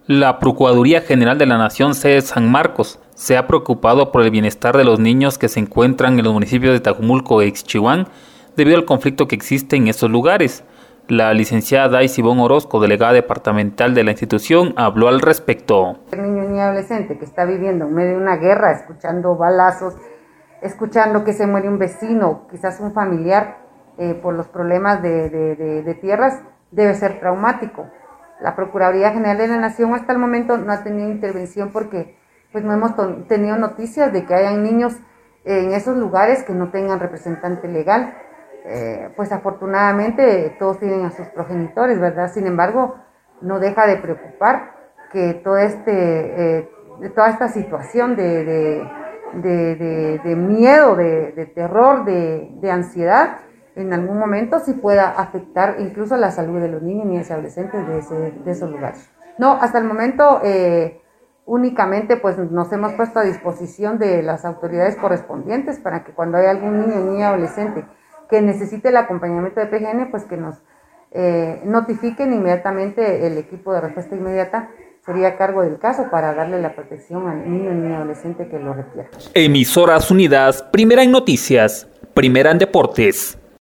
La Procuraduría General de la Nación, sede San Marcos, se ha preocupado por el bienestar de los niños que se encuentran en los municipios de Tajumulco e Ixchihuán debido al conflicto que existe en estos lugares. La licenciada Daisy Bon Orozco, delegada departamental de la institución, habló al respecto. El niño y adolescente que está viviendo en medio de una guerra, escuchando balazos, escuchando que se muere un vecino, quizás un familiar, por los problemas de tierras, debe ser traumático. La Procuraduría General de la Nación hasta el momento no ha tenido intervención porque pues no hemos tenido noticias de que hayan niños en esos lugares que no tengan representante legal. Pues afortunadamente todos tienen a sus progenitores, ¿verdad? Sin embargo, no deja de preocupar que toda esta situación de miedo, de terror, de ansiedad, en algún momento sí pueda afectar incluso la salud de los niños y adolescentes de esos lugares. No, hasta el momento únicamente pues nos hemos puesto a disposición de las autoridades correspondientes para que cuando haya algún niño o niña adolescente que necesite el acompañamiento de PGN, pues que nos notifiquen inmediatamente. El equipo de respuesta inmediata sería a cargo del caso para darle la protección al niño o niña adolescente que lo requiera. Emisoras Unidas, primera en noticias, primera en deportes.